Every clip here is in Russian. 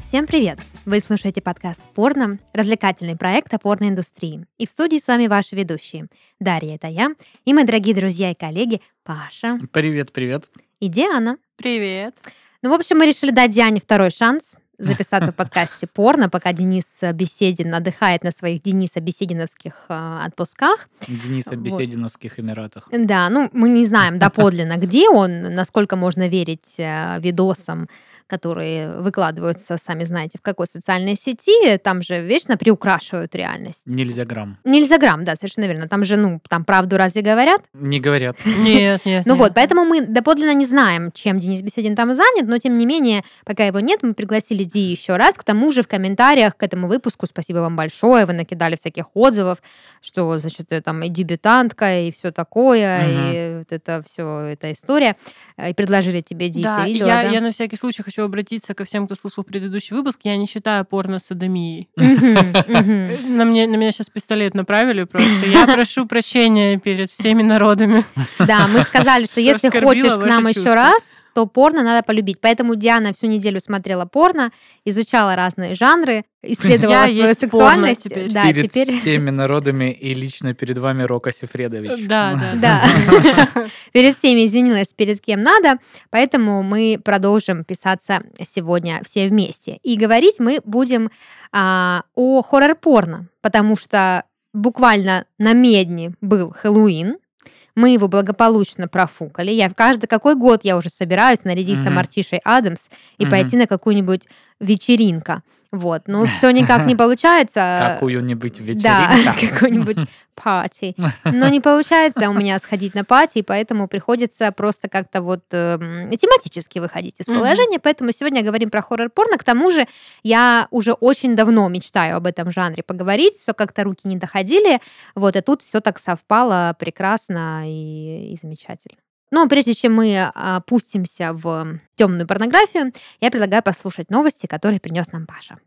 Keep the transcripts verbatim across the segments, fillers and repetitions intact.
Всем привет! Вы слушаете подкаст «Порно», развлекательный проект о порноиндустрии. И в студии с вами ваши ведущие. Дарья — это я, и мои дорогие друзья и коллеги Паша Привет, привет. и Диана. Привет. Ну, в общем, мы решили дать Диане второй шанс записаться в подкасте «Порно», пока Денис Беседин отдыхает на своих Дениса Бесединовских э, отпусках. Дениса Вот. Бесединовских Эмиратах. Да, ну, мы не знаем доподлинно, где он, насколько можно верить э, видосам, которые выкладываются, сами знаете, в какой социальной сети. Там же вечно приукрашивают реальность. Нельзя грамм. Нельзя грамм, да, совершенно верно. Там же, ну, там правду разве говорят? Не говорят. Нет, нет. Ну нет. вот, поэтому мы доподлинно не знаем, чем Денис Беседин там занят, но тем не менее, пока его нет, мы пригласили Ди еще раз. К тому же в комментариях к этому выпуску спасибо вам большое, вы накидали всяких отзывов, что, значит, я там и дебютантка, и все такое, Мгм. и вот это все, эта история. И предложили тебе, Ди, Да, ты и видела, я, да? я на всякий случай хочу обратиться ко всем, кто слушал предыдущий выпуск. Я не считаю порно содомией. Мгм, мгм. На, мне, на меня сейчас пистолет направили просто. Я прошу прощения перед всеми народами. Да, мы сказали, что Что если оскорбила хочешь к ваши нам еще чувства. раз, то порно надо полюбить. Поэтому Диана всю неделю смотрела порно, изучала разные жанры, исследовала Я свою есть порно сексуальность. теперь. Да, Перед теперь... всеми народами и лично перед вами Рока Сефредович. Да, да, Да, перед всеми извинилась, перед кем надо, поэтому мы продолжим писаться сегодня все вместе. И говорить мы будем а, о хоррор-порно, потому что буквально на медне был Хэллоуин, мы его благополучно профукали. Я в каждый какой год я уже собираюсь нарядиться Мгм. Мартишей Адамс и Мгм. пойти на какую-нибудь вечеринку. Вот, но все никак не получается. Какую-нибудь Да, вечеринку. какой-нибудь пати. Но не получается у меня сходить на пати, поэтому приходится просто как-то вот эм, тематически выходить из Мгм. положения. Поэтому сегодня говорим про хоррор-порно. К тому же я уже очень давно мечтаю об этом жанре поговорить. Все как-то руки не доходили. Вот, и тут все так совпало прекрасно и, и замечательно. Но прежде чем мы опустимся в темную порнографию, я предлагаю послушать новости, которые принес нам Паша.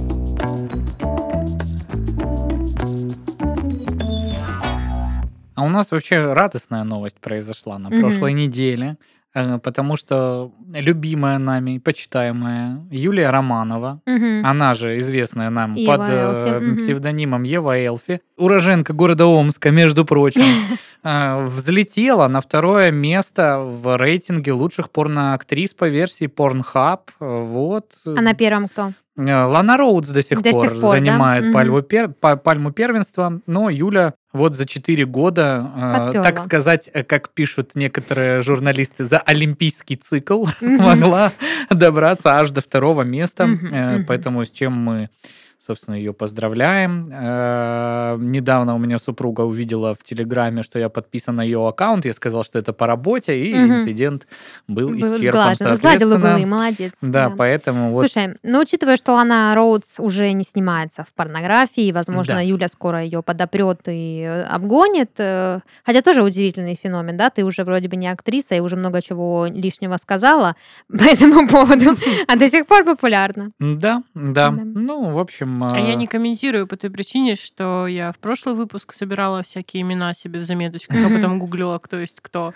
А у нас вообще радостная новость произошла на Мгм. прошлой неделе, э, потому что любимая нами, почитаемая Юлия Романова, Мгм. она же известная нам Ева под Элфи, э, мгм. псевдонимом Ева Элфи, уроженка города Омска, между прочим, э, взлетела на второе место в рейтинге лучших порноактрис по версии Pornhub. Вот. А на первом кто? Э, Лана Роудс до сих До пор сих пор, да? занимает Мгм. пальму, пер- па- пальму первенства, но Юля вот за четыре года, э, Подпёрла. так сказать, э, как пишут некоторые журналисты, за олимпийский цикл Мгм. смогла добраться аж до второго места, Мгм, э, мгм. поэтому с чем мы, собственно, ее поздравляем. Э, Недавно у меня супруга увидела в Телеграме, что я подписан на ее аккаунт, я сказал, что это по работе, и Мгм. инцидент был Был исчерпан, сглажен. Сгладил углы, соответственно. молодец. Да, Да. поэтому вот... Слушай, ну учитывая, что Лана Роудс уже не снимается в порнографии, возможно, Да. Юля скоро ее подопрет и э, обгонит. э, Хотя тоже удивительный феномен, да? Ты уже вроде бы не актриса и уже много чего лишнего сказала по этому поводу, а до сих пор популярна. Да, да. Да. Ну, в общем... А я э, не комментирую по той причине, что я в прошлый выпуск собирала всякие имена себе в заметочках, а Мгм. потом гуглила, кто есть кто.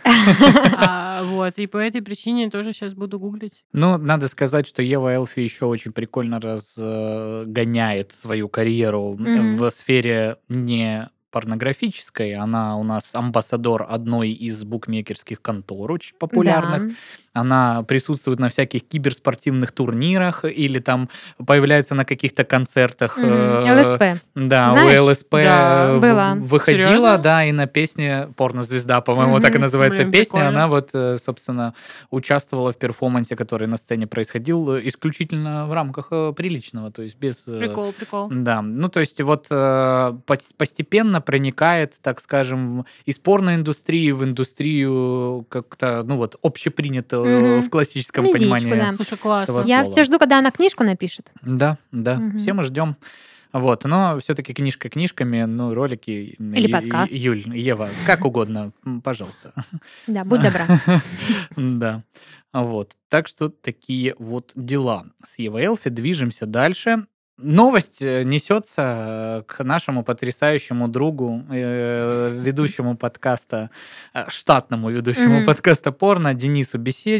А, Вот, и по этой причине тоже сейчас буду гуглить. Ну, надо сказать, что Ева Элфи еще очень прикольно разгоняет свою карьеру Мгм. в сфере не порнографической. Она у нас амбассадор одной из букмекерских контор очень популярных. Да. Она присутствует на всяких киберспортивных турнирах или там появляется на каких-то концертах. Мгм. э, ЛСП. Да, Знаешь? у ЛСП Да, в- была. выходила, Серьезно? да, и на песне «Порнозвезда», по-моему, так и Мгм. называется Блин, песня, прикольно. она вот, э, собственно, участвовала в перформансе, который на сцене происходил э, исключительно в рамках э, приличного, то есть без... э, Прикол, прикол. Да, ну то есть вот э, пос- постепенно проникает, так скажем, в- из порноиндустрии в индустрию как-то, ну вот, общепринято э, Мгм. в классическом Медичку, понимании. да. Слушай, классно. этого Я слова. все жду, когда она книжку напишет. Да, да, Мгм. все мы ждем. Вот, но все-таки книжка книжками, ну, ролики... Или Ю- подкаст. Юль, Ева, как угодно, м, пожалуйста. Да, будь добра. Да, вот. Так что такие вот дела. С Евой Элфи движемся дальше. Новость э, несется э, к нашему потрясающему другу, э, ведущему подкаста, э, штатному ведущему Мгм. подкаста порно Денису Беседину.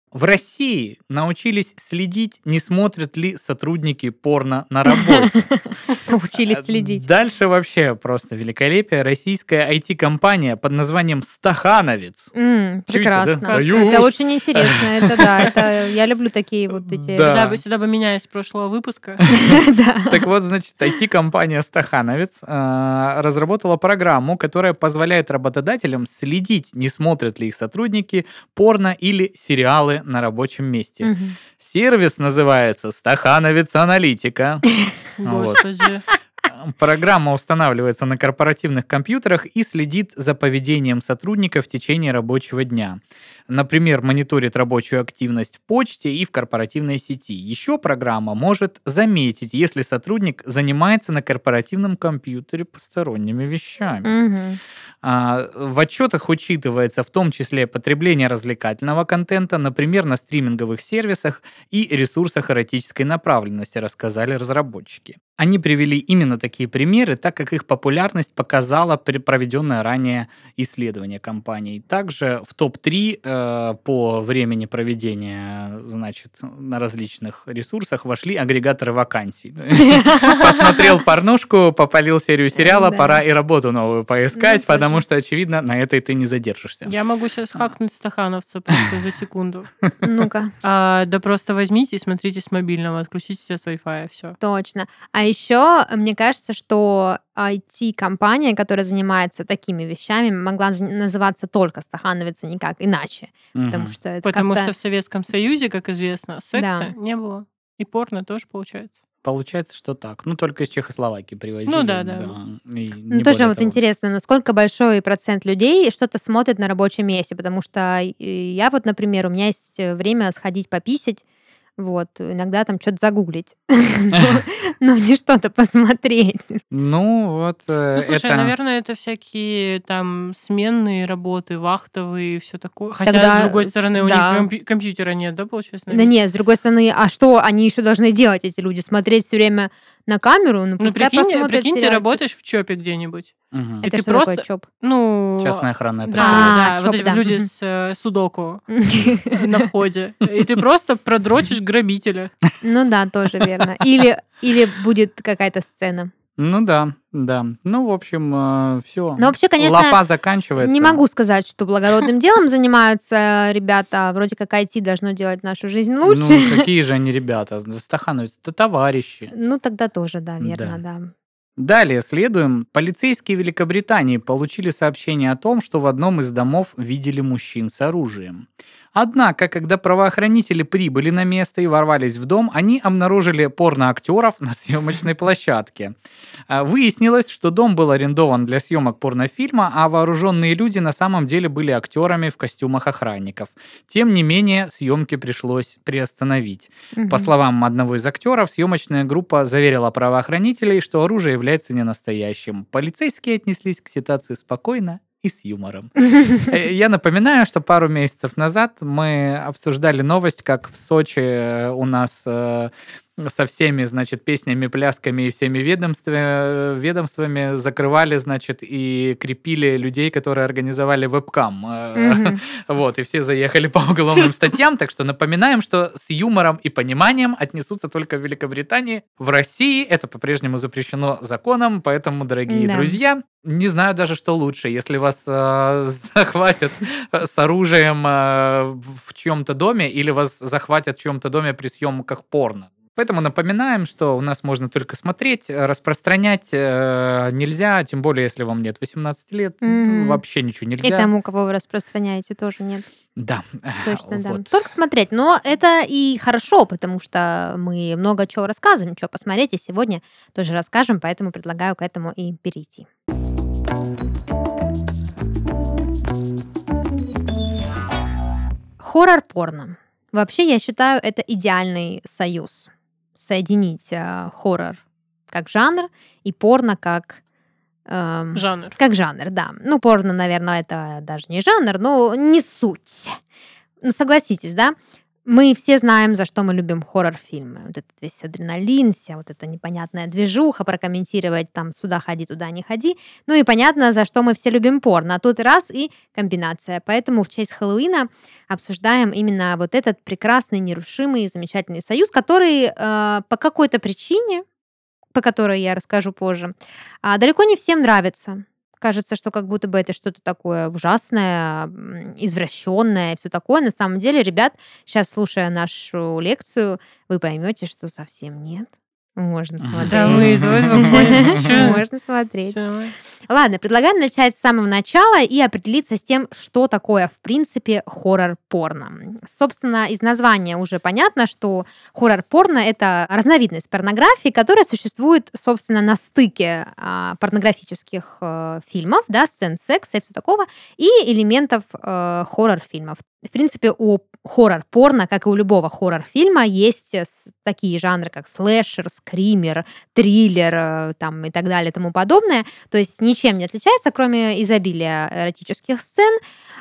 В России научились следить, не смотрят ли сотрудники порно на работе. Научились следить. Дальше вообще просто великолепие. Российская ай ти-компания под названием «Стахановец». М, Чуете, Прекрасно. да? Союз. Это очень интересно. Это да, это я люблю такие вот эти. Да. Сюда бы, сюда бы меня из прошлого выпуска. Да. Так вот, значит, ай ти-компания «Стахановец» э, разработала программу, которая позволяет работодателям следить, не смотрят ли их сотрудники порно или сериалы на рабочем месте. Мгм. Сервис называется «Стахановец Аналитика». Вот. Господи. Программа устанавливается на корпоративных компьютерах и следит за поведением сотрудников в течение рабочего дня. Например, мониторит рабочую активность в почте и в корпоративной сети. Еще программа может заметить, если сотрудник занимается на корпоративном компьютере посторонними вещами. Мгм. А, В отчетах учитывается в том числе потребление развлекательного контента, например, на стриминговых сервисах и ресурсах эротической направленности, рассказали разработчики. Они привели именно такие примеры, так как их популярность показала при- проведенное ранее исследование компаний. Также в топ три э, по времени проведения, значит, на различных ресурсах вошли агрегаторы вакансий. Посмотрел порнушку, попалил серию сериала, Да. пора и работу новую поискать, Ну, потому точно. что, очевидно, на этой ты не задержишься. Я могу сейчас хакнуть стахановца просто за секунду. Ну-ка. А, да просто возьмите и смотрите с мобильного, отключите с Wi-Fi, все. Точно. А еще мне кажется, что ай ти-компания, которая занимается такими вещами, могла з- называться только Стахановец, а никак иначе. Потому Мгм. что это Потому как-то... что в Советском Союзе, как известно, секса Да. не было. И порно тоже получается. Получается, что так. Ну, только из Чехословакии привозили. Ну да, да. и Ну, не тоже более вот того. интересно, насколько большой процент людей что-то смотрит на рабочем месте, потому что э, я вот, например, у меня есть э, время сходить пописать, вот, иногда там что-то загуглить, но но не что-то посмотреть. Ну, вот э, Ну, слушай, это... наверное, это всякие там сменные работы, вахтовые и все такое. Хотя, Тогда, с другой стороны, у да. них компью- компьютера нет, да, получается? на Да месте? нет, с другой стороны, а что они еще должны делать, эти люди? Смотреть все время на камеру? Ну, Ну, пускай прикинь, посмотрят прикинь, ты сериальчик. работаешь в ЧОПе где-нибудь. Мгм. и Это ты что такое просто- ЧОП? Ну, Частное охранное да, предприятие. да, А, вот ЧОП, эти да, люди мгм. с э, судоку на входе. И ты просто продрочишь грабителя. Ну да, тоже верно. Или, или будет какая-то сцена. Ну да, да. Ну, в общем, все. Ну, вообще, конечно, Лафа заканчивается. Не могу сказать, что благородным делом занимаются ребята. Вроде как ай ти должно делать нашу жизнь лучше. Ну, какие же они ребята? Стахановец, это товарищи. Ну, тогда тоже, да, верно, да. Далее следуем. Полицейские Великобритании получили сообщение о том, что в одном из домов видели мужчин с оружием. Однако, когда правоохранители прибыли на место и ворвались в дом, они обнаружили порноактеров на съемочной площадке. А, Выяснилось, что дом был арендован для съемок порнофильма, а вооруженные люди на самом деле были актерами в костюмах охранников. Тем не менее, съемки пришлось приостановить. Мгм. По словам одного из актеров, съемочная группа заверила правоохранителей, что оружие является ненастоящим. Полицейские отнеслись к ситуации спокойно и с юмором. Э, Я напоминаю, что пару месяцев назад мы обсуждали новость, как в Сочи э, у нас э, со всеми, значит, песнями, плясками и всеми ведомствами, ведомствами закрывали, значит, и крепили людей, которые организовали вебкам. Э, Мгм. Вот, и все заехали по уголовным статьям, так что напоминаем, что с юмором и пониманием отнесутся только в Великобритании. В России это по-прежнему запрещено законом, поэтому, дорогие Да. друзья, не знаю даже, что лучше, если вас э, захватят с оружием э, в чьем-то доме или вас захватят в чьем-то доме при съемках порно. Поэтому напоминаем, что у нас можно только смотреть, э, распространять э, нельзя, тем более, если вам нет восемнадцати лет, Мгм. вообще ничего И нельзя. тому, кого вы распространяете, тоже нет. Да. Точно, да. Вот. Только смотреть. Но это и хорошо, потому что мы много чего рассказываем, что посмотреть, и сегодня тоже расскажем, поэтому предлагаю к этому и перейти. Хоррор-порно. Вообще, я считаю, это идеальный союз. Соединить э, хоррор как жанр и порно как... эм, Жанр. Как жанр, да. Ну, порно, наверное, это даже не жанр, но не суть. Ну, согласитесь, да? мы все знаем, за что мы любим хоррор-фильмы. Вот этот весь адреналин, вся вот эта непонятная движуха, прокомментировать там сюда ходи, туда не ходи. Ну и понятно, за что мы все любим порно. А тут раз и комбинация. Поэтому в честь Хэллоуина обсуждаем именно вот этот прекрасный, нерушимый, замечательный союз, который э, по какой-то причине, по которой я расскажу позже, а, далеко не всем нравится. Кажется, что как будто бы это что-то такое ужасное, м, извращенное и все такое. На самом деле, ребят, сейчас, слушая нашу лекцию, вы поймете, что совсем нет. Можно смотреть. Да мы и тут выходим. Чё? Можно смотреть. Всё. Ладно, предлагаю начать с самого начала и определиться с тем, что такое, в принципе, хоррор-порно. Собственно, из названия уже понятно, что хоррор-порно — это разновидность порнографии, которая существует, собственно, на стыке а, порнографических э, фильмов, да, сцен секса и все такого, и элементов э, хоррор-фильмов. В принципе, у хоррор-порно, как и у любого хоррор-фильма, есть э, с- такие жанры, как слэшер, скример, триллер э, там, и так далее и тому подобное. То есть ничем не отличается, кроме изобилия эротических сцен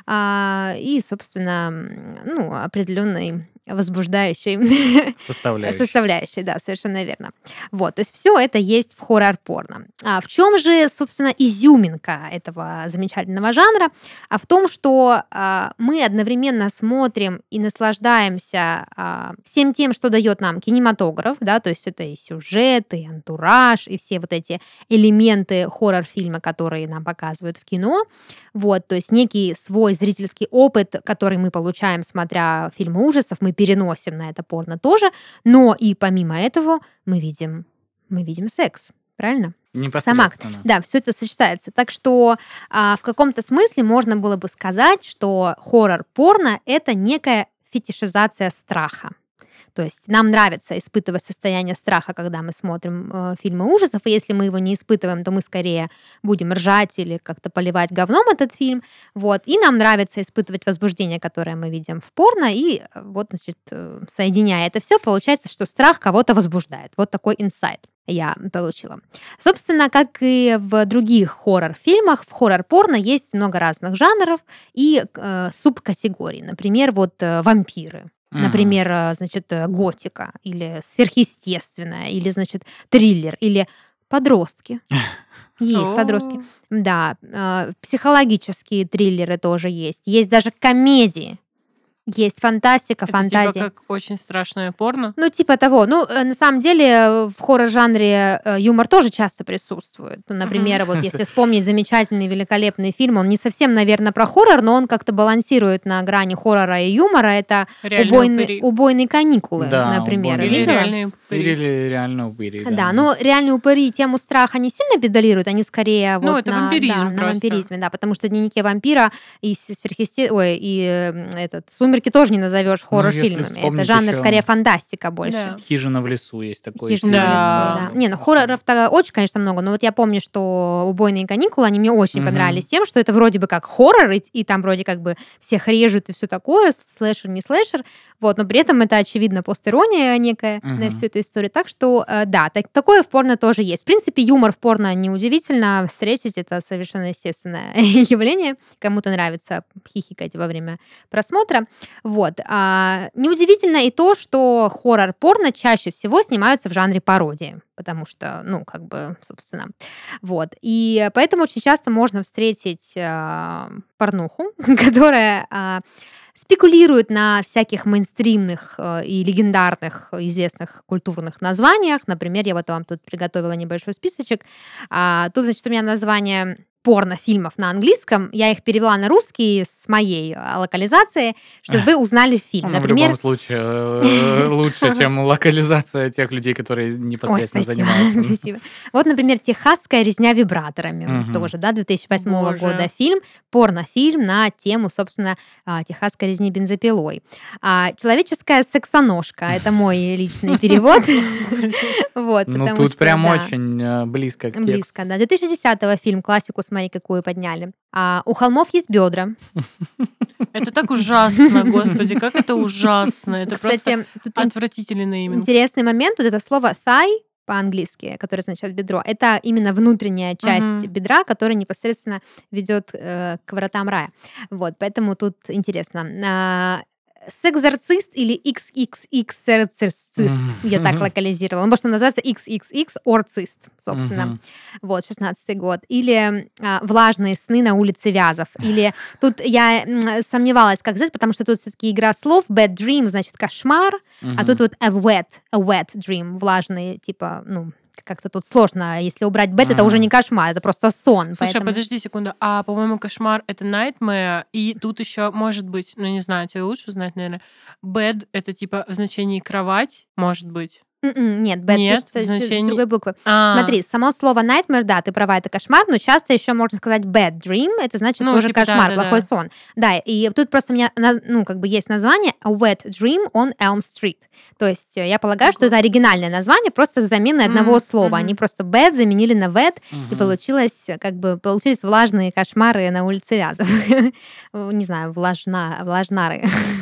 а, и, собственно, м, ну, определенной возбуждающей Составляющая. составляющей, да, совершенно верно. Вот, то есть все это есть в хоррор-порно. А в чем же, собственно, изюминка этого замечательного жанра? А в том, что а, мы одновременно смотрим и наслаждаемся а, всем тем, что дает нам кинематограф, да, то есть это и сюжет, и антураж, и все вот эти элементы хоррор-фильма, которые нам показывают в кино. Вот, то есть некий свой зрительский опыт, который мы получаем, смотря фильмы ужасов, мы переносим на это порно тоже, но и помимо этого мы видим, мы видим секс, правильно? Сама, Непосредственно. да, все это сочетается. Так что а, в каком-то смысле можно было бы сказать, что хоррор-порно — это некая фетишизация страха. То есть нам нравится испытывать состояние страха, когда мы смотрим э, фильмы ужасов, и если мы его не испытываем, то мы скорее будем ржать или как-то поливать говном этот фильм. Вот. И нам нравится испытывать возбуждение, которое мы видим в порно, и э, вот, значит, э, соединяя это все, получается, что страх кого-то возбуждает. Вот такой инсайт я получила. Собственно, как и в других хоррор-фильмах, в хоррор-порно есть много разных жанров и э, субкатегорий. Например, вот э, вампиры. Мгм. Например, э, значит, э, готика или сверхъестественное, или, значит, триллер, или подростки. Есть подростки. О, Да, э, психологические триллеры тоже есть. Есть даже комедии. Есть фантастика, Это типа фантазия. как очень страшное порно. Ну, типа того. Ну, э, на самом деле, э, в хоррор-жанре э, юмор тоже часто присутствует. Ну, например, вот если вспомнить замечательный, великолепный фильм, он не совсем, наверное, про хоррор, но он как-то балансирует на грани хоррора и юмора. Это Реальные убойные, упыри. убойные каникулы, Да, например. убойные. Или Видела? реальные упыри. Или реально упыри. Да, но реальные упыри тему страха не сильно педалируют, они скорее Ну, вот это на, вампиризм да, на просто. вампиризме, да, потому что дневники вампира и сверхъесте... Ой, и э, этот «Сумерки» тоже не назовешь хоррор-фильмами. Это вспомнить жанр ещё- скорее фантастика больше. Да. Хижина в лесу есть такой. Хижина в фильм. лесу, Да. да. Не, ну хорроров-то очень, конечно, много, но вот я помню, что «Убойные каникулы», они мне очень Мгм. понравились тем, что это вроде бы как хоррор, и, и там вроде как бы всех режут и все такое, слэшер, не слэшер, вот, но при этом это, очевидно, постерония некая на Мгм. всю эту историю. Так что, э, да, так- такое в порно тоже есть. В принципе, юмор в порно неудивительно встретить, это совершенно естественное явление. Кому-то нравится хихикать во время просмотра. Вот. А, неудивительно и то, что хоррор-порно чаще всего снимаются в жанре пародии, потому что, ну, как бы, собственно, вот. И поэтому очень часто можно встретить а, порнуху, которая а, спекулирует на всяких мейнстримных э, и легендарных э, известных культурных названиях. Например, я вот вам тут приготовила небольшой списочек. А, тут, значит, у меня название порнофильмов на английском. Я их перевела на русский с моей а, локализацией, чтобы вы узнали фильм. Ну, в Например, любом случае э, лучше, чем локализация тех людей, которые Ой, непосредственно спасибо, занимаются. спасибо. Вот, например, «Техасская резня вибраторами». Мгм. Тоже, да, две тысячи восьмого Боже. года фильм, порнофильм на тему, собственно, а, «Техасской резни бензопилой». А, «Человеческая сексоножка» — это мой личный перевод. Вот, Ну, потому тут что, прям да, очень э, близко к тексту. близко, да. две тысячи десятого фильм, классику «Смотри, какую подняли». А, «У холмов есть бедра». Это так ужасно, господи, как это ужасно. Это просто Кстати, тут ин- отвратительный нейминг. интересный момент, вот это слово thigh по-английски, которое означает бедро, это именно внутренняя часть Мгм. бедра, которая непосредственно ведет э, к вратам рая. Вот, поэтому тут интересно. А, Сексорцист или икс икс икс-орцист. Я так локализировала. Он может называться икс икс икс-орцист, собственно. Мгм. Вот, шестнадцатый год. Или а, «Влажные сны на улице Вязов». Или тут я м, сомневалась, как сказать, потому что тут все-таки игра слов. Bad dream значит кошмар, а тут Мгм. вот a wet, a wet dream, влажный, типа, ну, как-то тут сложно. Если убрать bad, это уже не Ага. кошмар, это просто сон. Слушай, Поэтому подожди секунду. А, по-моему, кошмар — это nightmare, и тут еще может быть, ну, не знаю, тебе лучше знать, наверное, bed — это типа в значении кровать, может быть? М-м, нет, bad Нет, в пишется с с значении... другой буквы. А, Смотри, само слово nightmare, да, ты права, это кошмар, но часто еще можно сказать bad dream, это значит ну, тоже типа, кошмар, плохой да-да-да. сон. Да, и тут просто у меня, наз- ну, как бы есть название A Wet Dream on Elm Street. То есть э, я полагаю, что Ого. это оригинальное название, просто с заменой одного М, слова. Они мгм. просто bad заменили на wet, и Мгм. получилось, э, как бы, получились влажные кошмары на улице Вязов. Не знаю, влажна, влажнары.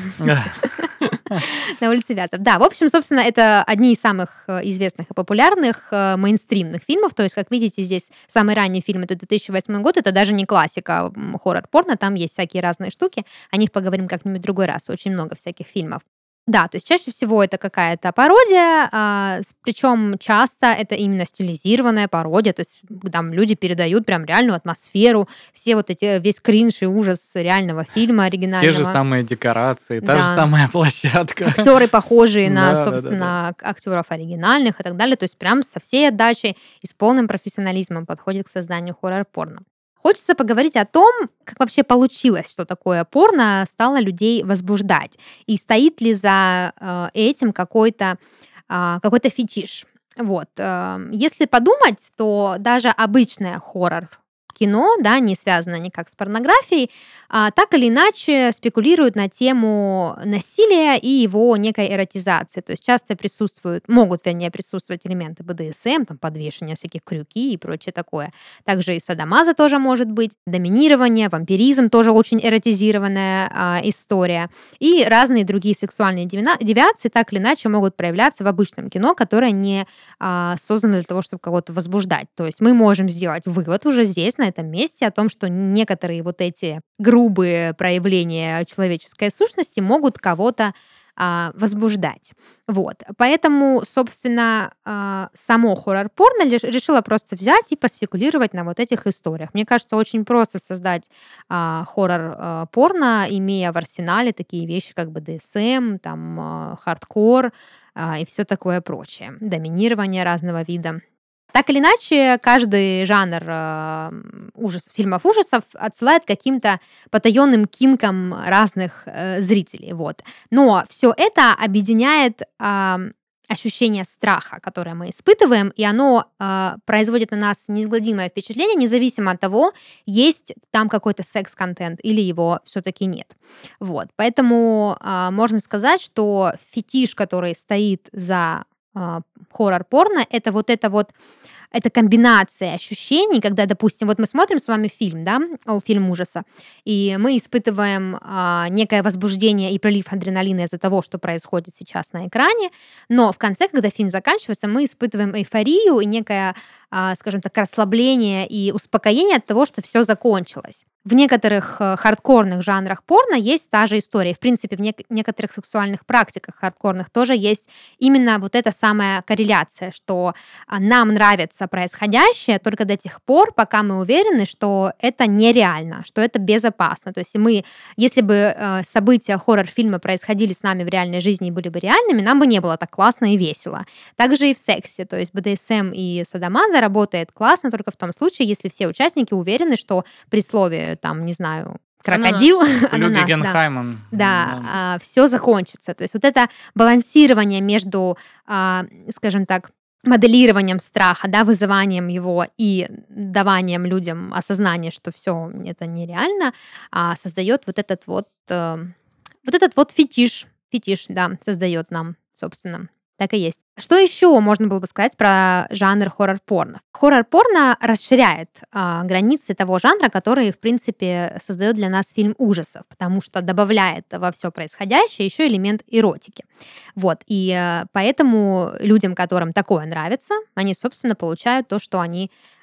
На улице Вязов. Да, в общем, собственно, это одни из самых э, известных и популярных э, мейнстримных фильмов. То есть, как видите, здесь самый ранний фильм — это две тысячи восьмой год. Это даже не классика м, хоррор-порно. Там есть всякие разные штуки. О них поговорим как-нибудь в другой раз. Очень много всяких фильмов. Да, то есть чаще всего это какая-то пародия, а, причем часто это именно стилизированная пародия, то есть там люди передают прям реальную атмосферу, все вот эти, весь кринж и ужас реального фильма Те же оригинального. самые декорации, та же Да. самая площадка. Актеры похожие на, Да, да, да, да. собственно, к- актеров оригинальных и так далее. То есть прям со всей отдачей и с полным профессионализмом подходит к созданию хоррор-порно. Хочется поговорить о том, как вообще получилось, что такое порно стало людей возбуждать. И стоит ли за э, этим какой-то а, какой-то фетиш. Вот. э, Если подумать, то даже обычное хоррор кино, да, не связано никак с порнографией, а, так или иначе спекулируют на тему насилия и его некой эротизации. То есть часто присутствуют, могут, вернее, присутствовать элементы бэ дэ эс эм, там, подвешивания всяких крюки и прочее такое. Также и садомаза тоже может быть, доминирование, вампиризм тоже очень эротизированная а, история. И разные другие сексуальные девина- девиации так или иначе могут проявляться в обычном кино, которое не а, создано для того, чтобы кого-то возбуждать. То есть мы можем сделать вывод уже здесь, на этом месте, о том, что некоторые вот эти грубые проявления человеческой сущности могут кого-то а, возбуждать. Вот. Поэтому, собственно, а, само хоррор-порно лиш- решила просто взять и поспекулировать на вот этих историях. Мне кажется, очень просто создать а, хоррор-порно, имея в арсенале такие вещи, как бэ дэ эс эм, там, а, хардкор а, и все такое прочее. Доминирование разного вида. Так или иначе, каждый жанр а, ужас, фильмов ужасов отсылает к каким-то потаенным кинкам разных э, зрителей. Вот. Но все это объединяет а, ощущение страха, которое мы испытываем, и оно а, производит на нас неизгладимое впечатление, независимо от того, есть там какой-то секс-контент или его все-таки нет. Вот. Поэтому а, можно сказать, что фетиш, который стоит за а, хоррор-порно, это вот это вот это комбинация ощущений, когда, допустим, вот мы смотрим с вами фильм, да, о, фильм ужаса, и мы испытываем а, некое возбуждение и прилив адреналина из-за того, что происходит сейчас на экране, но в конце, когда фильм заканчивается, мы испытываем эйфорию и некое, а, скажем так, расслабление и успокоение от того, что все закончилось. В некоторых э, хардкорных жанрах порно есть та же история. В принципе, в нек- некоторых сексуальных практиках хардкорных тоже есть именно вот эта самая корреляция, что а, нам нравится происходящее только до тех пор, пока мы уверены, что это нереально, что это безопасно. То есть мы, если бы э, события хоррор-фильма происходили с нами в реальной жизни и были бы реальными, нам бы не было так классно и весело. Также и в сексе. То есть бэ дэ эс эм и садомаза работает классно только в том случае, если все участники уверены, что при слове, там, не знаю, крокодил, Ананас. Флю ананас, да. Гегенхаймен. Да, все закончится. То есть вот это балансирование между, а, скажем так, моделированием страха, да, вызыванием его и даванием людям осознания, что все это нереально, а, создает вот этот вот, э, вот этот вот фетиш, фетиш, да, создает нам, собственно. Так и есть. Что еще можно было бы сказать про жанр хоррор-порно? Хоррор-порно расширяет а, границы того жанра, который, в принципе, создает для нас фильм ужасов, потому что добавляет во все происходящее еще элемент эротики. Вот. И э, поэтому людям, которым такое нравится, они, собственно, получают то, что они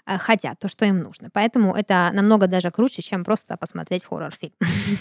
э, хотят, то, что им нужно. Поэтому это намного даже круче, чем просто посмотреть хоррор-фильм.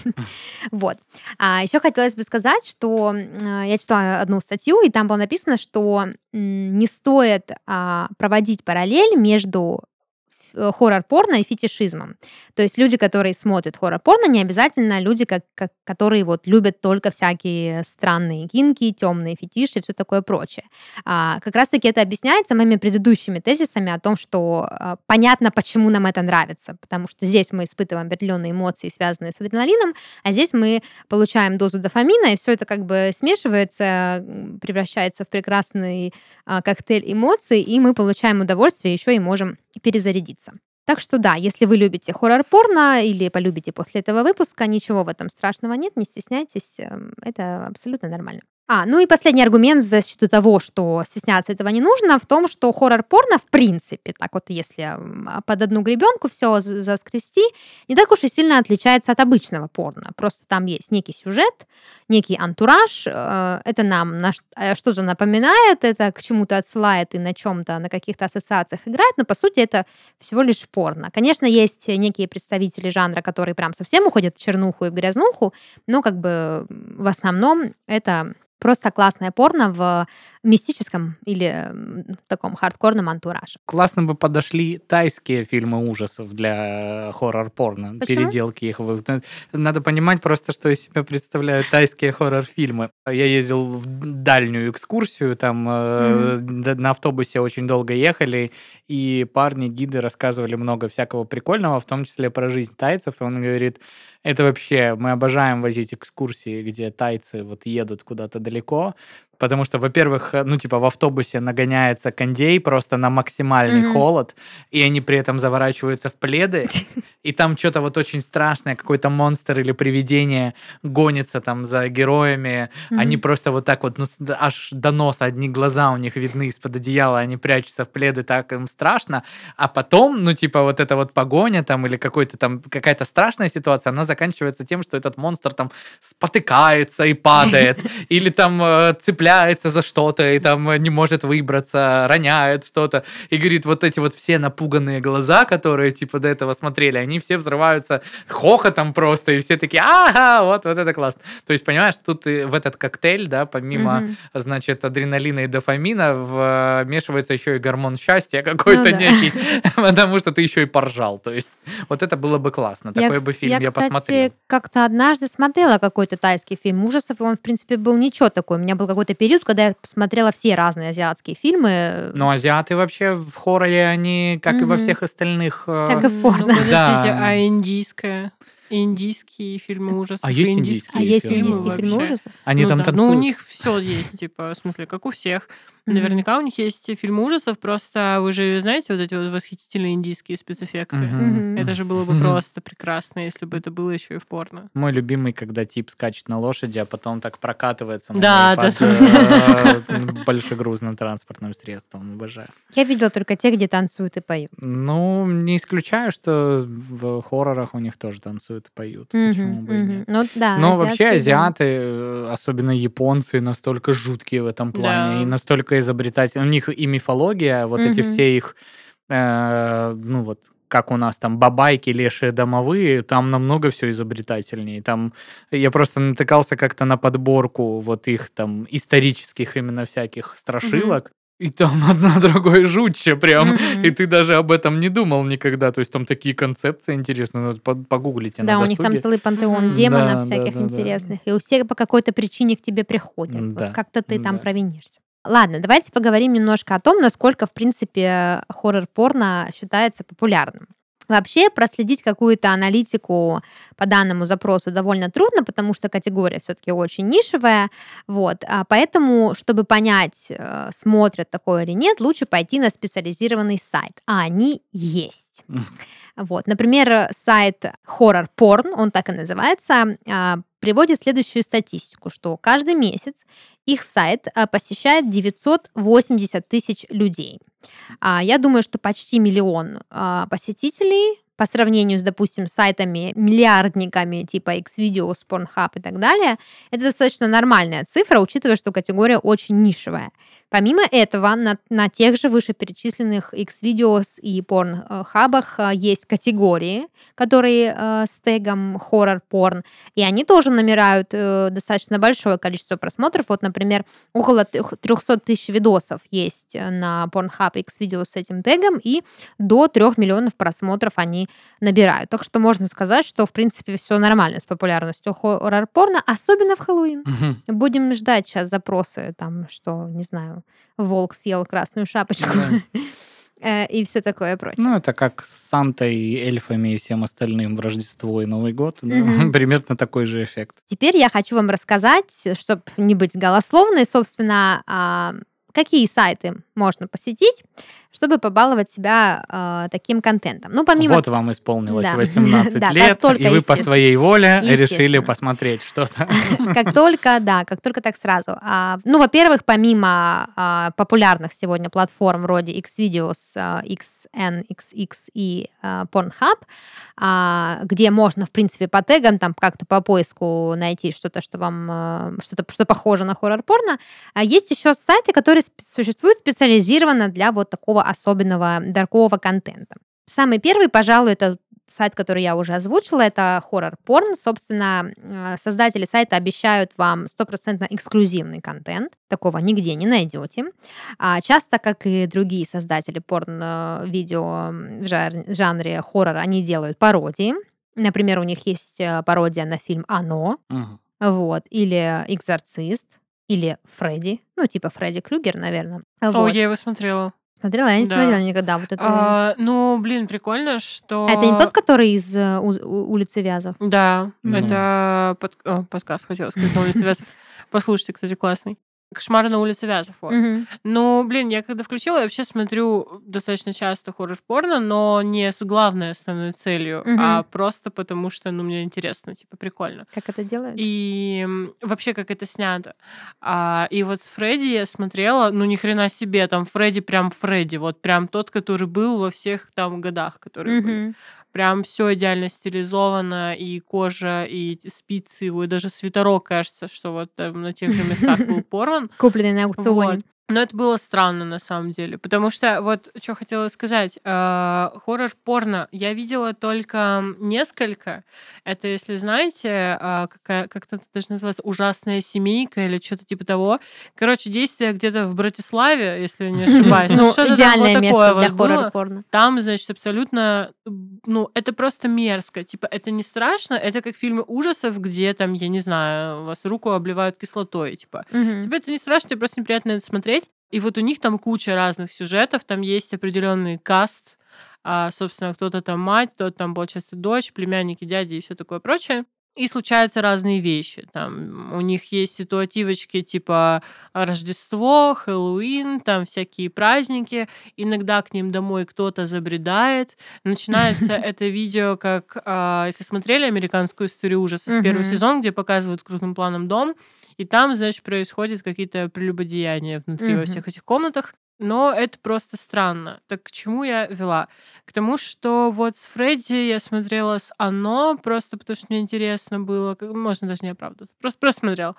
Вот. А еще хотелось бы сказать, что м, я читала одну статью, и там было написано, что м, не стоит а, проводить параллель между э, хоррор-порно и фетишизмом. То есть люди, которые смотрят хоррор-порно, не обязательно люди, как, как- которые вот любят только всякие странные кинки, темные фетиши и все такое прочее. А, как раз-таки это объясняется моими предыдущими тезисами о том, что а, понятно, почему нам это нравится, потому что здесь мы испытываем определенные эмоции, связанные с адреналином, а здесь мы получаем дозу дофамина, и все это как бы смешивается, м, превращается в прекрасный а, коктейль эмоций, и мы получаем удовольствие, еще и можем перезарядиться. Так что да, если вы любите хоррор-порно или полюбите после этого выпуска, ничего в этом страшного нет, не стесняйтесь, эм, это абсолютно нормально. А, ну и последний аргумент в защиту того, что стесняться этого не нужно, в том, что хоррор-порно в принципе, так вот если м, а, под одну гребенку все заскрести, не так уж и сильно отличается от обычного порно. Просто там есть некий сюжет, некий антураж, э, это нам на ш- э, что-то напоминает, это к чему-то отсылает и на чем-то, на каких-то ассоциациях играет, но по сути это всего лишь порно. Конечно, есть некие представители жанра, которые прям совсем уходят в чернуху и в грязнуху, но как бы м, в основном это просто классное порно в мистическом или м, таком хардкорном антураже. Классно бы подошли тайские фильмы ужасов для хоррор-порно, Почему? переделки их. в- н- Надо понимать просто, что из себя представляют тайские хоррор-фильмы. Я ездил в дальнюю экскурсию, там э, д- на автобусе очень долго ехали, и парни, гиды рассказывали много всякого прикольного, в том числе про жизнь тайцев, и он говорит, это вообще, мы обожаем возить экскурсии, где тайцы вот едут куда-то далеко, потому что, во-первых, э, ну, типа, в автобусе нагоняется кондей просто на максимальный Мгм. холод, и они при этом заворачиваются в пледы, и там что-то вот очень страшное, какой-то монстр или привидение гонится там за героями, они Мгм. просто вот так вот, ну, с- д- аж до носа, одни глаза у них видны из-под одеяла, они прячутся в пледы, так им страшно, а потом, ну, типа, вот эта вот погоня там или какой-то там, какая-то страшная ситуация, она заканчивается тем, что этот монстр там спотыкается и падает, или там э, цепляется за что-то и там э, не может выбраться, роняет что-то. И говорит, вот эти вот все напуганные глаза, которые типа до этого смотрели, они все взрываются хохотом просто, и все такие, ага, вот, вот это классно. То есть, понимаешь, тут и в этот коктейль, да, помимо, Мгм. значит, адреналина и дофамина, вмешивается еще и гормон счастья Ну какой-то да. некий, потому что ты еще и поржал. То есть, вот это было бы классно. Я, Такой бы кс- фильм я, я кстати, посмотрел. как-то однажды смотрела какой-то тайский фильм ужасов, и он, в принципе, был ничего такой. У меня был какой-то период, когда я посмотрела все разные азиатские фильмы. Но азиаты вообще в хорроре, они, как и во Мгм. всех остальных... э, Как и в М, порно. Ну, подождите, Да. а индийское? Индийские фильмы ужасов, А есть и индийские А есть фильмы индийские фильмы вообще. ужасов? Они Ну там да, ну у танцуют? них все есть, типа, в смысле, как у всех. Мгм. Наверняка у них есть фильмы ужасов, просто вы же знаете вот эти вот восхитительные индийские спецэффекты. Мгм. Это же было бы просто прекрасно, если бы это было еще и в порно. Мой любимый, когда тип скачет на лошади, а потом так прокатывается на Да, ней да, под да. э, большегрузным транспортным средством. Обожаю. Я видела только те, где танцуют и поют. Ну, не исключаю, что в хоррорах у них тоже танцуют и поют. Почему Мгм, бы и мгм. нет. Ну да, Но вообще азиатские, да. азиаты, э, особенно японцы, настолько жуткие в этом плане и Да. настолько изобретательные. У них и мифология, вот эти Мгм. все их, э, ну вот, как у нас там бабайки, лешие домовые, там намного все изобретательнее. Там я просто натыкался как-то на подборку вот их там исторических именно всяких страшилок, и там одна другой жутче прям, Мгм. и ты даже об этом не думал никогда. То есть там такие концепции интересные, ну, под- погуглите Да, на у них там досуге. целый пантеон Мгм. демонов Да, всяких да, да, да. интересных, и у всех по какой-то причине к тебе приходят. Вот Да, как-то ты там да. провинишься. Ладно, давайте поговорим немножко о том, насколько, в принципе, хоррор-порно считается популярным. Вообще проследить какую-то аналитику по данному запросу довольно трудно, потому что категория все-таки очень нишевая. Вот. А поэтому, чтобы понять, э, смотрят такое или нет, лучше пойти на специализированный сайт. А они есть. Мгм. Вот. Например, сайт Horror Porn, он так и называется, а, приводит следующую статистику, что каждый месяц их сайт а, посещает девятьсот восемьдесят тысяч людей. А, Я думаю, что почти миллион а, посетителей по сравнению с, допустим, сайтами миллиардниками типа Xvideos, Pornhub и так далее, это достаточно нормальная цифра, учитывая, что категория очень нишевая. Помимо этого, на, на тех же вышеперечисленных Xvideos и порнхабах э, есть категории, которые э, с тегом хоррор-порн, и они тоже набирают э, достаточно большое количество просмотров. Вот, например, около триста тысяч видосов есть на Pornhub и Xvideos с этим тегом, и до трех миллионов просмотров они набирают. Так что можно сказать, что, в принципе, все нормально с популярностью хоррор-порно, особенно в Хэллоуин. Мгм. Будем ждать сейчас запросы, там, что, не знаю, волк съел красную шапочку Да. э, и все такое прочее. Ну, это как с Сантой, эльфами и всем остальным в Рождество и Новый год. Да? Мгм. Примерно такой же эффект. Теперь я хочу вам рассказать, чтобы не быть голословной, собственно, а, какие сайты можно посетить, чтобы побаловать себя а, таким контентом. Ну, помимо... Вот вам исполнилось Да. восемнадцать Да, как лет, только, и вы по естественно. своей воле решили Естественно. посмотреть что-то. Как только, да, как только так сразу. А, ну, во-первых, помимо а, популярных сегодня платформ вроде Xvideos, а, икс эн икс икс и а, Pornhub, а, где можно, в принципе, по тегам, там как-то по поиску найти что-то, что вам а, что-то, что похоже на хоррор-порно, а есть еще сайты, которые сп- существуют специализированно для вот такого особенного даркового контента. Самый первый, пожалуй, это сайт, который я уже озвучила, это хоррор-порн. Собственно, э, создатели сайта обещают вам стопроцентно эксклюзивный контент. Такого нигде не найдете. А часто, как и другие создатели порн-видео в жар- жанре хоррор, они делают пародии. Например, у них есть э, пародия на фильм «Оно», Мгм. вот, или «Экзорцист», или «Фредди». Ну, типа Фредди Крюгер, наверное. О, Вот. я его смотрела. Смотрела? Я не Да. смотрела никогда. Вот это... А, ну, блин, прикольно, А что... это не тот, который из э, уз- у- улицы Вязов? Да, Ну. это под- о, подкаст, хотела сказать, на улице Вязов. Послушайте, кстати, классный. «Кошмары на улице Вязов». Вот. Мгм. Ну, блин, я когда включила, я вообще смотрю достаточно часто хоррор-порно, но не с главной основной целью, Мгм. а просто потому, что, ну, мне интересно, типа, прикольно. Как это делают? И м, вообще, как это снято. А, и вот с Фредди я смотрела, ну, ни хрена себе, там Фредди прям Фредди, вот прям тот, который был во всех там годах, которые были. Мгм. Прям все идеально стилизовано, и кожа, и эти спицы его, и даже свитерок, кажется, что вот там на тех же местах был порван. Купленный на аукционе. Вот. Но это было странно, на самом деле. Потому что, вот, что хотела сказать, э, хоррор-порно я видела только несколько. Это, если знаете, э, какая, как-то это даже называется, «Ужасная семейка» или что-то типа того. Короче, действие где-то в Братиславе, если я не ошибаюсь. Ну, что-то там идеальное вот место такое для вот было. хоррор-порно. Там, значит, абсолютно, ну, это просто мерзко. Типа, это не страшно, это как фильмы ужасов, где там, я не знаю, у вас руку обливают кислотой, типа. Мгм. Тебе это не страшно, тебе просто неприятно это смотреть. И вот у них там куча разных сюжетов, там есть определенный каст, а, собственно, кто-то там мать, кто-то там, получается, дочь, племянники, дяди и все такое прочее. И случаются разные вещи. Там у них есть ситуативочки типа Рождество, Хэллоуин, там всякие праздники. Иногда к ним домой кто-то забредает. Начинается это видео, как, а, если смотрели «Американскую историю ужасов», Мгм. первый сезон, где показывают крупным планом дом, и там, значит, происходят какие-то прелюбодеяния внутри во Мгм. всех этих комнатах. Но это просто странно. Так к чему я вела? К тому, что вот с Фредди я смотрела с «Оно», просто потому что мне интересно было. Как- Можно даже не оправдываться. Просто, просто смотрела.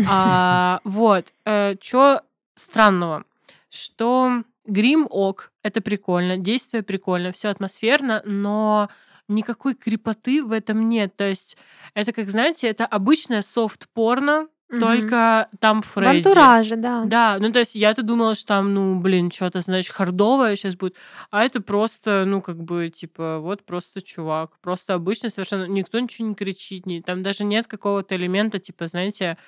А, вот. Что странного? Что грим ок, это прикольно, действие прикольно, все атмосферно, но никакой крепоты в этом нет. То есть это, как знаете, это обычное софт-порно, Мгм. только там В Фредди. антураже, да. Да, ну то есть я-то думала, что там, ну, блин, что-то, значит, хардовое сейчас будет, а это просто, ну, как бы, типа, вот просто чувак, просто обычно совершенно, никто ничего не кричит, не, там даже нет какого-то элемента, типа, знаете,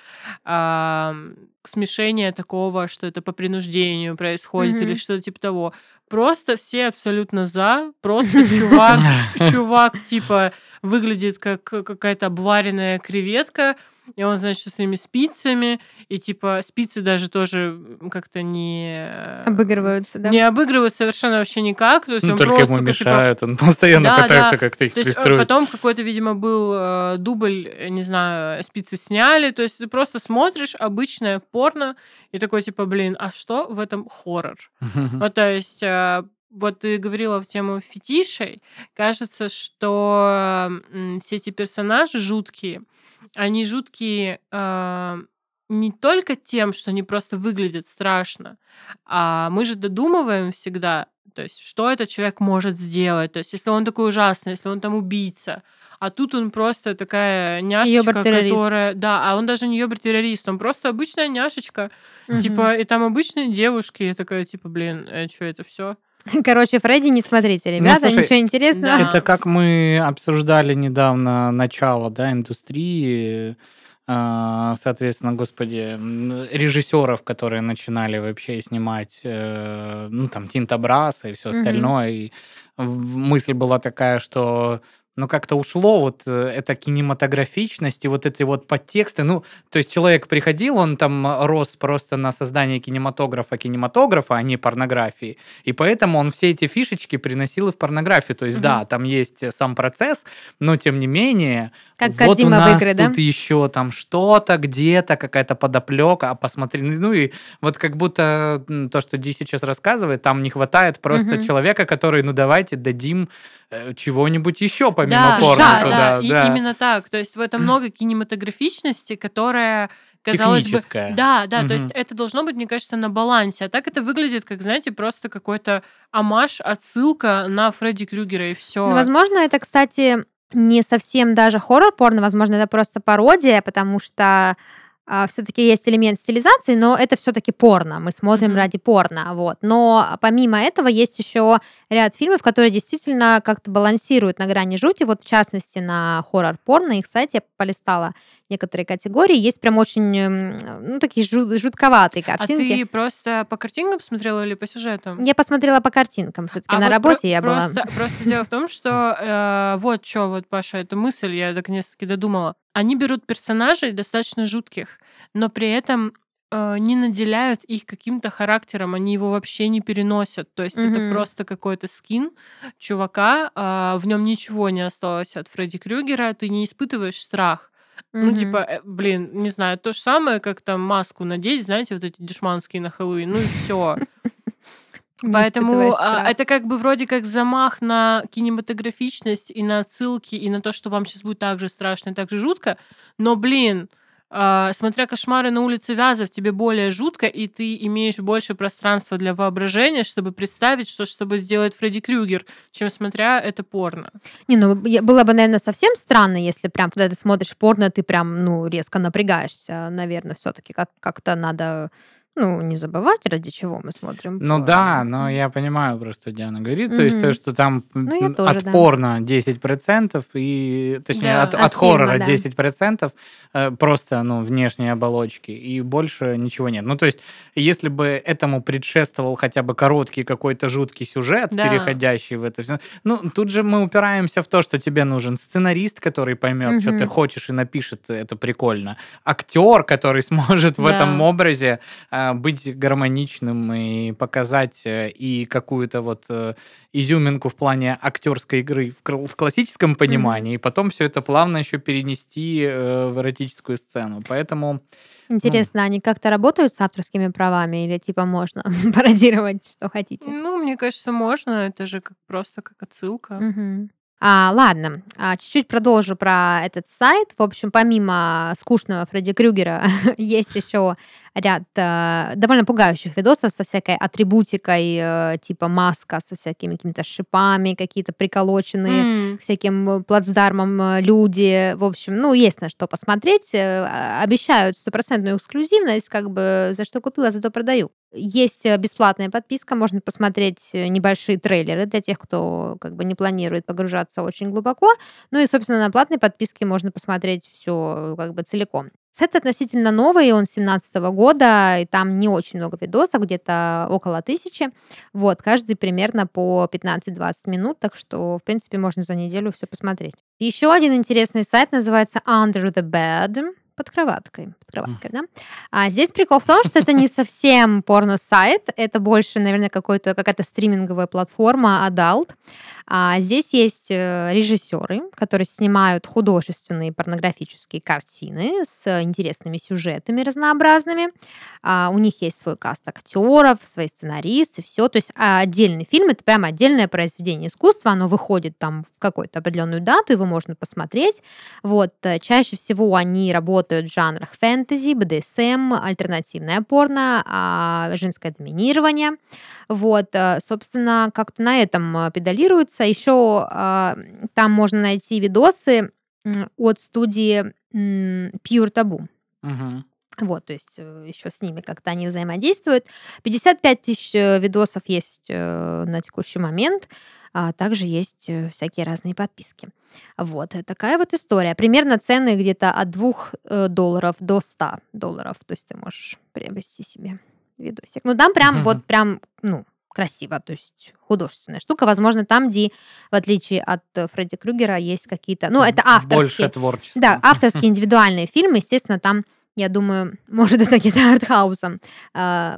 ам, смешения такого, что это по принуждению происходит или Мгм. что-то типа того. Просто все абсолютно за, просто чувак, чувак, типа, выглядит как какая-то обваренная креветка, и он, значит, со своими спицами, и, типа, спицы даже тоже м, как-то не... э, Обыгрываются, да. Не обыгрывают совершенно вообще никак. То есть Ну, он только просто ему такой, типа, мешают, он постоянно Да, пытается да. как-то их то есть э, пристроить. потом какой-то, видимо, был э, дубль, э, не знаю, спицы сняли. То есть ты просто смотришь обычное порно и такой, типа, блин, а что в этом хоррор? Вот, то есть, э, вот ты говорила в тему фетишей. Кажется, что м, все эти персонажи жуткие, они жуткие, э, не только тем, что они просто выглядят страшно, а мы же додумываем всегда, то есть, что этот человек может сделать. То есть, если он такой ужасный, если он там убийца, а тут он просто такая няшечка, Ёбер-террорист. которая... Да, а он даже не ёбер-террорист, он просто обычная няшечка. Мгм. Типа, и там обычные девушки. Я такая, типа, блин, э, что это все? Короче, Фредди не смотрите, ребята, слушай, ничего интересного. да. Это как мы обсуждали недавно начало, да, индустрии, а, соответственно, господи, м, режиссеров, которые начинали вообще снимать, э, ну, там, Тинто Брасса и все Мгм. остальное. И в- мысль была такая, что ну, как-то ушло вот э, эта кинематографичность и вот эти вот подтексты. Ну, то есть человек приходил, он там э, рос просто на создание кинематографа, кинематографа, а не порнографии. И поэтому он все эти фишечки приносил и в порнографию. То есть, Мгм. да, там есть э, сам процесс, но тем не менее, Как вот у Кодзима в нас игры, да? тут еще там что-то, где-то какая-то подоплека, а посмотри, ну и вот как будто м, то, что Ди сейчас рассказывает, там не хватает просто Мгм. человека, который, ну давайте дадим э, чего-нибудь еще помимо Да, порно жар. да, туда, да, и да. именно так. То есть в этом много кинематографичности, которая, казалось бы, Техническая. да, да, то есть Мгм. это должно быть, мне кажется, на балансе. А так это выглядит, как, знаете, просто какой-то омаж, отсылка на Фредди Крюгера и Ну, все. возможно, это, кстати, не совсем даже хоррор-порно, возможно, это просто пародия, потому что все-таки есть элемент стилизации, но это все-таки порно. Мы смотрим Мгм. ради порно, вот. Но помимо этого есть еще ряд фильмов, которые действительно как-то балансируют на грани жути. Вот в частности на хоррор-порно, их сайте я полистала некоторые категории, есть прям очень, м, ну, такие жут- жутковатые А картинки. ты просто по картинкам смотрела или по сюжетам? Я посмотрела по картинкам, все-таки А на вот работе про- я была. просто, просто дело в том, что э, вот что, вот, Паша, эту мысль я наконец-таки додумала. Они берут персонажей достаточно жутких, но при этом э, не наделяют их каким-то характером, они его вообще не переносят. То есть это Мгм. просто какой-то скин чувака, а, в нем ничего не осталось от Фредди Крюгера, ты не испытываешь страх. Ну, Мгм. типа, э, блин, не знаю, то же самое, как там маску надеть, знаете, вот эти дешманские на Хэллоуин, ну и все. Не Поэтому испытываешь а, страх. это как бы вроде как замах на кинематографичность и на отсылки, и на то, что вам сейчас будет так же страшно и так же жутко. Но, блин, а, смотря «Кошмары на улице Вязов», тебе более жутко, и ты имеешь больше пространства для воображения, чтобы представить, что чтобы сделать Фредди Крюгер, чем смотря это порно. Не, ну я- было бы, наверное, совсем странно, если прям, когда ты смотришь порно, ты прям, ну, резко напрягаешься. Наверное, все-таки как- как-то надо, ну, не забывать, ради чего мы смотрим Ну порно. да, но М. я понимаю просто, что Диана говорит. То есть то, Мгм. что там Ну, я м, тоже, от да. порно десять процентов, и, точнее, Да. от, От от хоррора фильма, да. десять процентов э, просто, ну, внешней оболочки, и больше ничего нет. Ну, то есть, если бы этому предшествовал хотя бы короткий какой-то жуткий сюжет, Да. переходящий в это все, ну, тут же мы упираемся в то, что тебе нужен сценарист, который поймет, что ты Мгм. хочешь, и напишет это прикольно. Актер, который сможет в этом Да. образе а, быть гармоничным и показать э, и какую-то вот э, изюминку в плане актерской игры в, кл- в классическом понимании, и потом все это плавно еще перенести э, в эротическую сцену. Поэтому, ну, Интересно, они как-то работают с авторскими правами или типа можно пародировать, что хотите? Ну, мне кажется, можно. Это же как просто как отсылка. Мгм. А, ладно, а, чуть-чуть продолжу про этот сайт. В общем, помимо скучного Фредди Крюгера есть еще ряд э, довольно пугающих видосов со всякой атрибутикой, э, типа маска со всякими какими-то шипами, какие-то приколоченные М. к всяким э, плацдармам э, люди. В общем, ну, есть на что посмотреть. Э, а- Обещают стопроцентную эксклюзивность, как бы за что купила, зато продаю. Есть э, бесплатная подписка, можно посмотреть э, небольшие трейлеры для тех, кто как бы не планирует погружаться очень глубоко. Ну и, собственно, на платной подписке можно посмотреть все как бы целиком. Сайт относительно новый, он семнадцатого года, и там не очень много видосов, где-то около тысячи. Вот, каждый примерно по пятнадцать-двадцать минут, так что, в принципе, можно за неделю все посмотреть. Еще один интересный сайт называется Under the Bed. Под кроваткой. Под кроваткой, да? А здесь прикол в том, что это не совсем порно-сайт, это больше, наверное, какой-то, какая-то стриминговая платформа Adult. А здесь есть э, режиссеры, которые снимают художественные порнографические картины с интересными сюжетами разнообразными. А, у них есть свой каст актеров, свои сценаристы, все. То есть а, отдельный фильм — это прямо отдельное произведение искусства. Оно выходит там в какую-то определенную дату, его можно посмотреть. Вот. э, Чаще всего они работают в жанрах фэнтези, бэ дэ эс эм, альтернативное порно, а, женское доминирование. Вот, э, собственно, как-то на этом э, педалируется. Еще а, там можно найти видосы м, от студии м, Pure Taboo. Мгм. Вот, то есть еще с ними как-то они взаимодействуют. пятьдесят пять тысяч э, видосов есть э, на текущий момент. А также есть э, всякие разные подписки. Вот, э, такая вот история. Примерно цены где-то от двух э, долларов до ста долларов. То есть ты можешь приобрести себе видосик. Ну, там прям, вот прям, ну, красиво, то есть художественная штука. Возможно, там, где, в отличие от э, Фредди Крюгера, есть какие-то... Ну, это Больше авторские... Да, творчества. авторские индивидуальные фильмы. Естественно, там, я думаю, может, это где-то артхаусом э,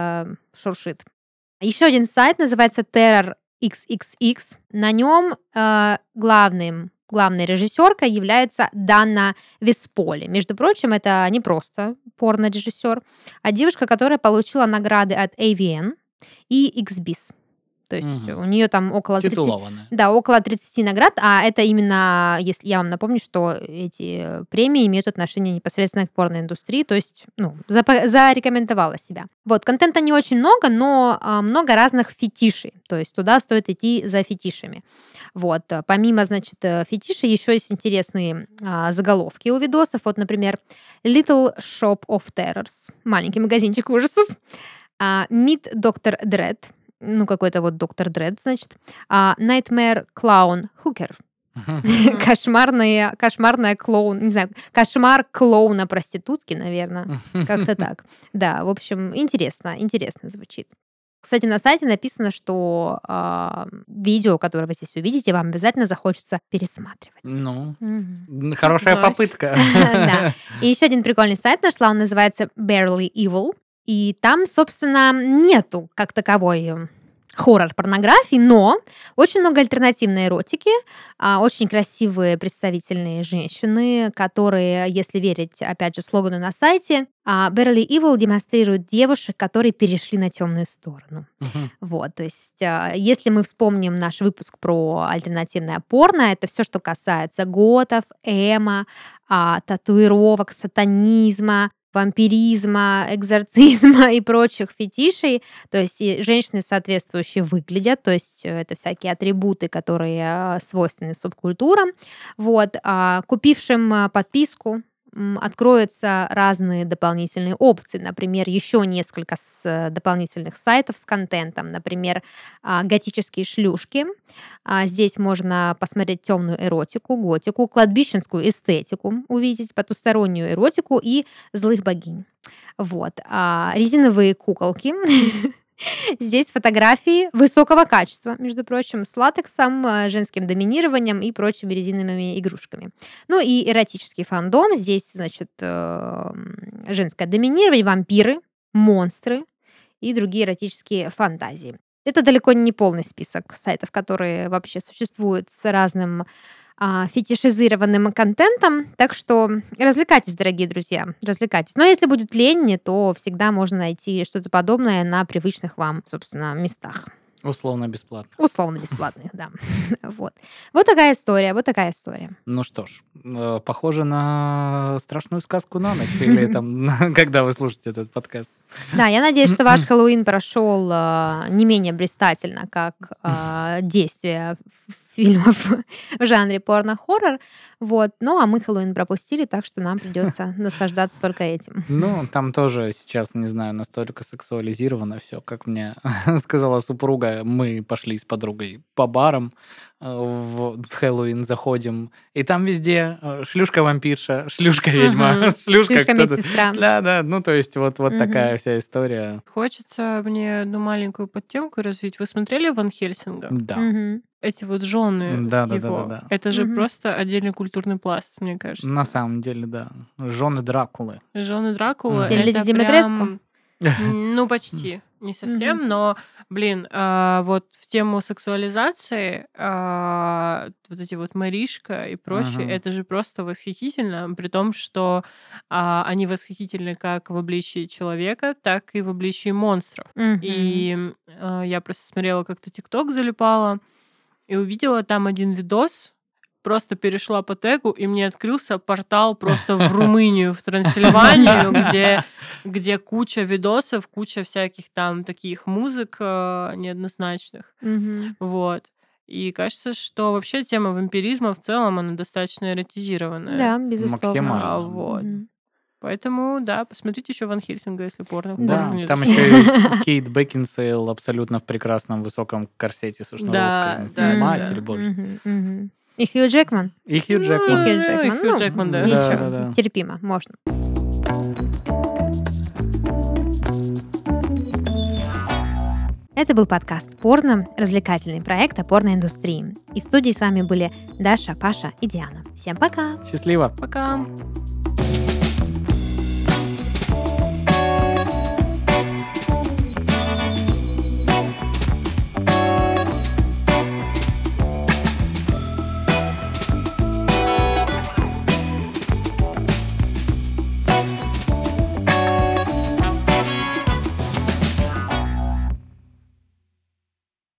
шуршит. Еще один сайт называется Terror икс икс икс. На нем э, главным, главной режиссеркой является Дана Висполи. Между прочим, это не просто порно-режиссер, а девушка, которая получила награды от эй ви эн и икс би эс. То есть Мгм. у нее там около тридцати, Титулованная. да, около тридцати наград, а это именно, если я вам напомню, что эти премии имеют отношение непосредственно к порноиндустрии, то есть, ну, запо- зарекомендовала себя. Вот, контента не очень много, но а, много разных фетишей, то есть туда стоит идти за фетишами. Вот, а, помимо, значит, э, фетишей, еще есть интересные а, заголовки у видосов. Вот, например, Little Shop of Terrors, маленький магазинчик ужасов, а, Meet доктор Dredd, ну, какой-то вот доктор Дред, значит. А, Nightmare Clown Hooker. Мгм. Кошмарная, кошмарная клоун, не знаю, кошмар клоуна проститутки, наверное. Как-то так. Да, в общем, интересно, интересно звучит. Кстати, на сайте написано, что а, видео, которое вы здесь увидите, вам обязательно захочется пересматривать. Ну, Мгм. н- хорошая Знаешь. попытка. Да. И еще один прикольный сайт нашла, он называется Barely Evil. И там, собственно, нету как таковой э, хоррор-порнографии, но очень много альтернативной эротики, а, очень красивые представительные женщины, которые, если верить, опять же, слогану на сайте, а, Barely Evil демонстрирует девушек, которые перешли на темную сторону. Мгм. Вот, то есть, а, если мы вспомним наш выпуск про альтернативное порно, это все, что касается готов, эмо, а, татуировок, сатанизма, вампиризма, экзорцизма и прочих фетишей. То есть и женщины соответствующие выглядят, то есть э, это всякие атрибуты, которые а, свойственны субкультурам. Вот, а, купившим а, подписку м, откроются разные дополнительные опции. Например, еще несколько с- э, дополнительных сайтов с контентом. Например, а, готические шлюшки. А, Здесь можно посмотреть темную эротику, готику, кладбищенскую эстетику, увидеть потустороннюю эротику и злых богинь. Вот. А, резиновые куколки. Здесь фотографии высокого качества, между прочим, с латексом, э, женским доминированием и прочими резиновыми игрушками. Ну и эротический фандом. Здесь, значит, э, м, женское доминирование, вампиры, монстры и другие эротические фантазии. Это далеко не полный список сайтов, которые вообще существуют с разным а, фетишизированным контентом. Так что развлекайтесь, дорогие друзья, развлекайтесь. Но если будет лень, то всегда можно найти что-то подобное на привычных вам, собственно, местах. Условно бесплатно. Условно бесплатных, да. Вот. Вот такая история, вот такая история. Ну что ж, э, похоже на страшную сказку на ночь, или там, когда вы слушаете этот подкаст. Да, я надеюсь, что ваш Хэллоуин прошел а, не менее блистательно, как а, действие фильмов в жанре порно-хоррор. Вот. Ну, а мы Хэллоуин пропустили, так что нам придется наслаждаться только этим. Ну, там тоже сейчас, не знаю, настолько сексуализировано все, как мне сказала супруга, мы пошли с подругой по барам, э, в, в Хэллоуин заходим, и там везде э, шлюшка-вампирша, шлюшка-ведьма, Мгм. шлюшка кто-то. Шлюшка-медсестра. Да, да, ну то есть вот, вот Мгм. такая вся история. Хочется мне одну маленькую подтемку развить. Вы смотрели Ван Хельсинга? Да. Мгм. Эти вот жены Да, да, да, его. да, да. Это же Мгм. просто отдельный культурный пласт, мне кажется. На самом деле, да. Жены Дракулы. Жены Дракулы Мгм. Или это Леди Димитреску? прям... м, Ну, почти. не совсем, Мгм. но, блин, а, вот в тему сексуализации а, вот эти вот Маришка и прочее, Мгм. это же просто восхитительно, при том, что а, они восхитительны как в обличии человека, так и в обличии монстров. Мгм. И м, а, я просто смотрела как-то ТикТок, залипала, и увидела там один видос, просто перешла по тегу, и мне открылся портал просто в Румынию, в Трансильванию, где, где куча видосов, куча всяких там таких музык э, неоднозначных. Мгм. Вот. И кажется, что вообще тема вампиризма в целом, она достаточно эротизированная. Да, безусловно. Максимально. А, вот. Мгм. Поэтому, да, посмотрите еще Ван Хельсинга, если порно. Да. порно не Там зашло. еще и Кейт Бекинсейл абсолютно в прекрасном высоком корсете со Да, шнуровкой. да, Матерь да. Божья. Мгм. Мгм. И Хью Джекман. И Хью Ну, И Джекман. Хью и Джекман. Хью Ну, Джекман, да. Да, ничего, да, да. терпимо, можно. Это был подкаст «Порно», развлекательный проект о порноиндустрии. И в студии с вами были Даша, Паша и Диана. Всем пока! Счастливо. Пока.